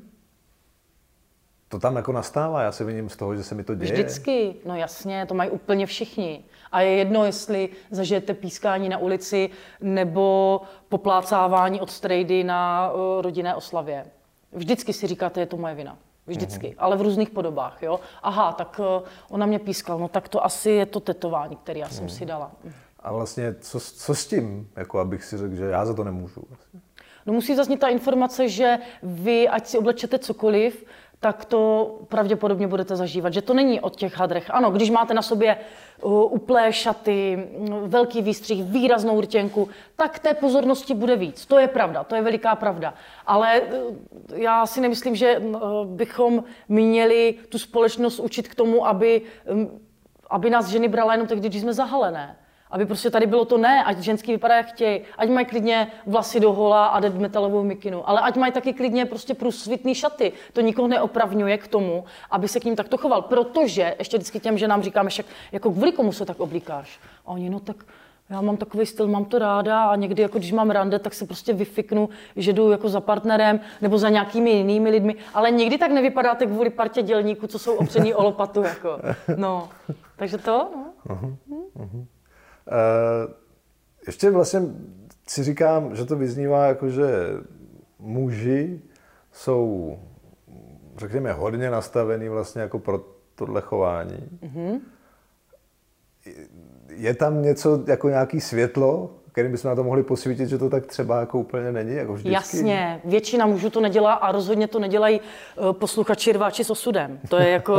To tam jako nastává, já se viním z toho, že se mi to děje. Vždycky, no jasně, to mají úplně všichni. A je jedno, jestli zažijete pískání na ulici nebo poplácávání od strejdy na uh, rodinné oslavě. Vždycky si říkáte, je to moje vina. Vždycky, mm-hmm. ale v různých podobách, jo. Aha, tak uh, ona mě pískala, no tak to asi je to tetování, které já jsem mm. si dala. A vlastně, co, co s tím, jako abych si řekl, že já za to nemůžu? Vlastně. No musí zaznít ta informace, že vy, ať si oblečete cokoliv, tak to pravděpodobně budete zažívat, že to není od těch hadrech. Ano, když máte na sobě uh, uplé šaty, velký výstřih, výraznou rtěnku, tak té pozornosti bude víc. To je pravda, to je veliká pravda. Ale uh, já si nemyslím, že uh, bychom měli tu společnost učit k tomu, aby, um, aby nás ženy brala jenom tehdy, když jsme zahalené. Aby prostě tady bylo to ne, ať ženský vypadá jak chtějí, ať mají klidně vlasy do hola a deadmetalovou mikinu, ale ať mají taky klidně prostě průsvitný šaty. To nikoho neopravňuje k tomu, aby se k ním takto choval, protože ještě vždycky těm ženám říkáme, však jako kvůli komu se tak oblíkáš. A oni, no tak já mám takový styl, mám to ráda a někdy, jako když mám rande, tak se prostě vyfiknu, že jdu jako za partnerem nebo za nějakými jinými lidmi, ale nikdy tak nevypadáte kvůli partě dělníků, co jsou opřený o lopatu, jako. No, takže to, no. Uh-huh. Uh-huh. Uh, ještě vlastně si říkám, že to vyznívá jako, že muži jsou, řekněme, hodně nastavený vlastně jako pro tohle chování. Mm-hmm. Je tam něco, jako nějaký světlo, kterým bychom na to mohli posvítit, že to tak třeba jako úplně není, jako vždycky? Jasně, většina mužů to nedělá a rozhodně to nedělají posluchači Rváči s osudem. To je jako...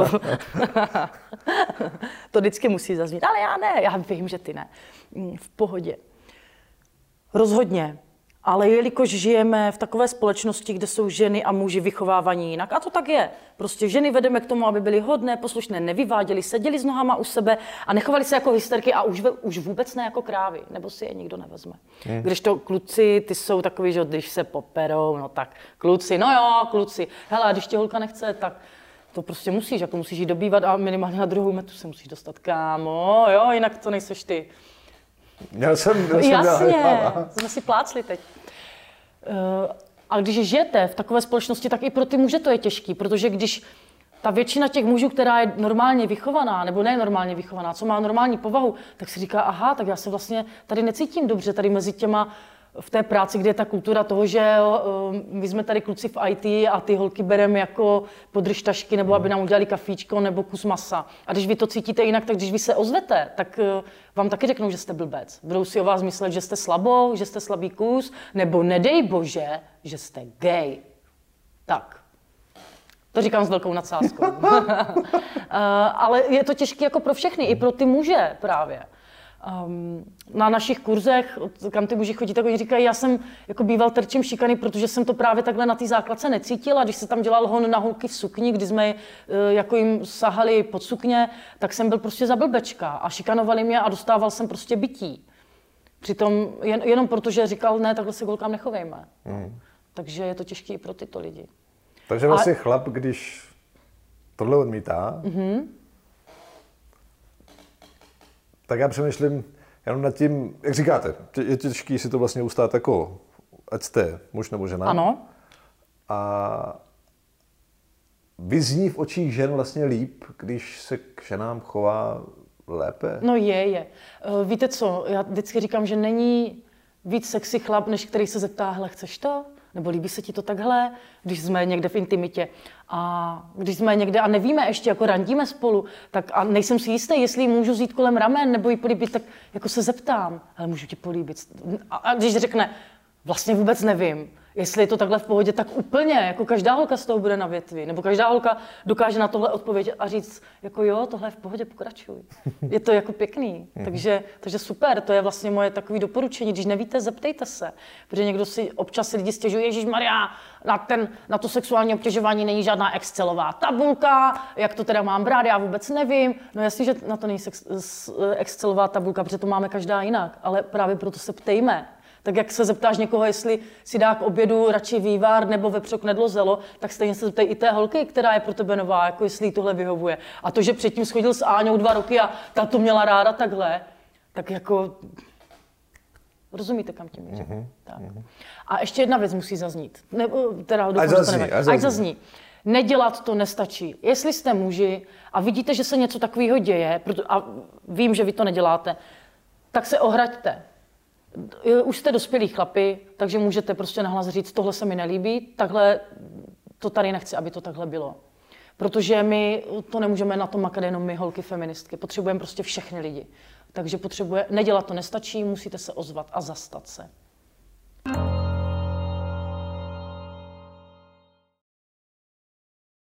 to vždycky musí zaznít, ale já ne, já vím, že ty ne. V pohodě. Rozhodně. Ale jelikož žijeme v takové společnosti, kde jsou ženy a muži vychovávaní jinak, a to tak je. Prostě ženy vedeme k tomu, aby byly hodné, poslušné, nevyváděly, seděly s nohama u sebe a nechovali se jako hysterky a už, už vůbec ne jako krávy, nebo si je nikdo nevezme. Hmm. Když to kluci, ty jsou takový, že když se poperou, no tak kluci, no jo, kluci. Hele, a když tě holka nechce, tak to prostě musíš, jako musíš jí dobývat a minimálně na druhou metu se musíš dostat, kámo, jo, jinak to nejseš ty. Měl jsem, měl jsem Jasně, jsme si plácli teď. Uh, a když žijete v takové společnosti, tak i pro ty muže to je těžký, protože když ta většina těch mužů, která je normálně vychovaná, nebo ne normálně vychovaná, co má normální povahu, tak si říká, aha, tak já se vlastně tady necítím dobře, tady mezi těma v té práci, kde je ta kultura toho, že uh, my jsme tady kluci v í té a ty holky bereme jako podržtašky, nebo aby nám udělali kafíčko nebo kus masa. A když vy to cítíte jinak, tak když vy se ozvete, tak uh, vám taky řeknou, že jste blbec. Budou si o vás myslet, že jste slabo, že jste slabý kus, nebo nedej bože, že jste gay. Tak. To říkám s velkou nadsázkou. uh, ale je to těžké jako pro všechny, i pro ty muže právě. Um, na našich kurzech, kam ty muži chodí, tak oni říkají, já jsem jako býval terčem šikany, protože jsem to právě takhle na té základce necítila. Když se tam dělal hon na holky v sukni, kdy jsme uh, jako jim sahali pod sukně, tak jsem byl prostě za blbečka a šikanovali mě a dostával jsem prostě bití. Přitom jen, jenom protože říkal, ne, takhle se k holkám nechovejme. Mm. Takže je to těžké i pro tyto lidi. Takže vlastně a... chlap, když tohle odmítá, mm-hmm. tak já přemýšlím jenom nad tím, jak říkáte, je těžký si to vlastně ustát jako, ať jste muž nebo žena. Ano. A vyzní v očích žen vlastně líp, když se k ženám chová lépe? No je, je. Víte co, já vždycky říkám, že není víc sexy chlap, než který se zeptá, hele, chceš to? Nebo líbí se ti to takhle, když jsme někde v intimitě. A když jsme někde a nevíme ještě, jako randíme spolu, tak a nejsem si jistý, jestli ji můžu vzít kolem ramen nebo ji políbit, tak jako se zeptám, ale můžu ti políbit. A, a když řekne, vlastně vůbec nevím, jestli je to takhle v pohodě, tak úplně, jako každá holka z toho bude na větvi, nebo každá holka dokáže na tohle odpovědět a říct, jako jo, tohle je v pohodě, pokračuj. Je to jako pěkný, takže, takže super, to je vlastně moje takové doporučení, když nevíte, zeptejte se, protože někdo si občas si lidi stěžuje, Ježišmarja, na, ten, na to sexuální obtěžování není žádná excelová tabulka, jak to teda mám brát, já vůbec nevím. No jasně, že na to není sex, excelová tabulka, protože to máme každá jinak, ale právě proto se ptejme. Tak jak se zeptáš někoho, jestli si dá k obědu radši vývar nebo vepřok nedlozelo, tak stejně se zeptej i té holky, která je pro tebe nová, jako jestli jí tohle vyhovuje. A to, že předtím schodil s Áňou dva roky a ta to měla ráda takhle, tak jako... Rozumíte, kam tím mířím? Mm-hmm. Tak. A ještě jedna věc musí zaznít. Ne, teda doufám, ať zazní, ať zazní. Ať zazní. Nedělat to nestačí. Jestli jste muži a vidíte, že se něco takového děje, a vím, že vy to neděláte, tak se ohraďte. Už jste dospělí chlapi, takže můžete prostě nahlas říct, tohle se mi nelíbí, takhle to tady nechci, aby to takhle bylo. Protože my to nemůžeme na tom makat jenom my, holky feministky, potřebujeme prostě všechny lidi. Takže potřebuje, nedělat to nestačí, musíte se ozvat a zastat se.